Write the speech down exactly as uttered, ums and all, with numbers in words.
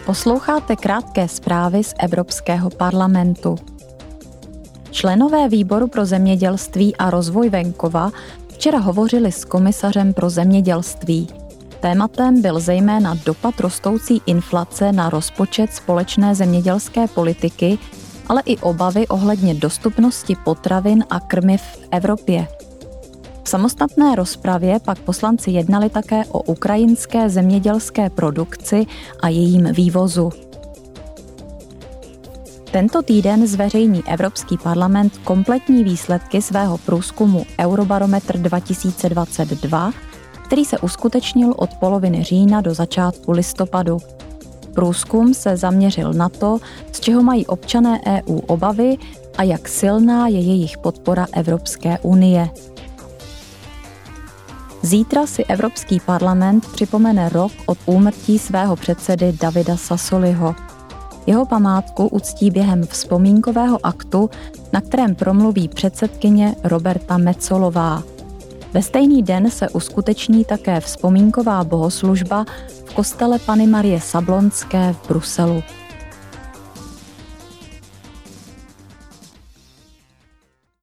Posloucháte krátké zprávy z Evropského parlamentu. Členové výboru pro zemědělství a rozvoj venkova včera hovořili s komisařem pro zemědělství. Tématem byl zejména dopad rostoucí inflace na rozpočet společné zemědělské politiky, ale i obavy ohledně dostupnosti potravin a krmiv v Evropě. V samostatné rozpravě pak poslanci jednali také o ukrajinské zemědělské produkci a jejím vývozu. Tento týden zveřejní Evropský parlament kompletní výsledky svého průzkumu Eurobarometr dva tisíce dvacet dva, který se uskutečnil od poloviny října do začátku listopadu. Průzkum se zaměřil na to, z čeho mají občané E U obavy a jak silná je jejich podpora Evropské unie. Zítra si Evropský parlament připomene rok od úmrtí svého předsedy Davida Sassoliho. Jeho památku uctí během vzpomínkového aktu, na kterém promluví předsedkyně Roberta Metsolová. Ve stejný den se uskuteční také vzpomínková bohoslužba v kostele Panny Marie Sablonské v Bruselu.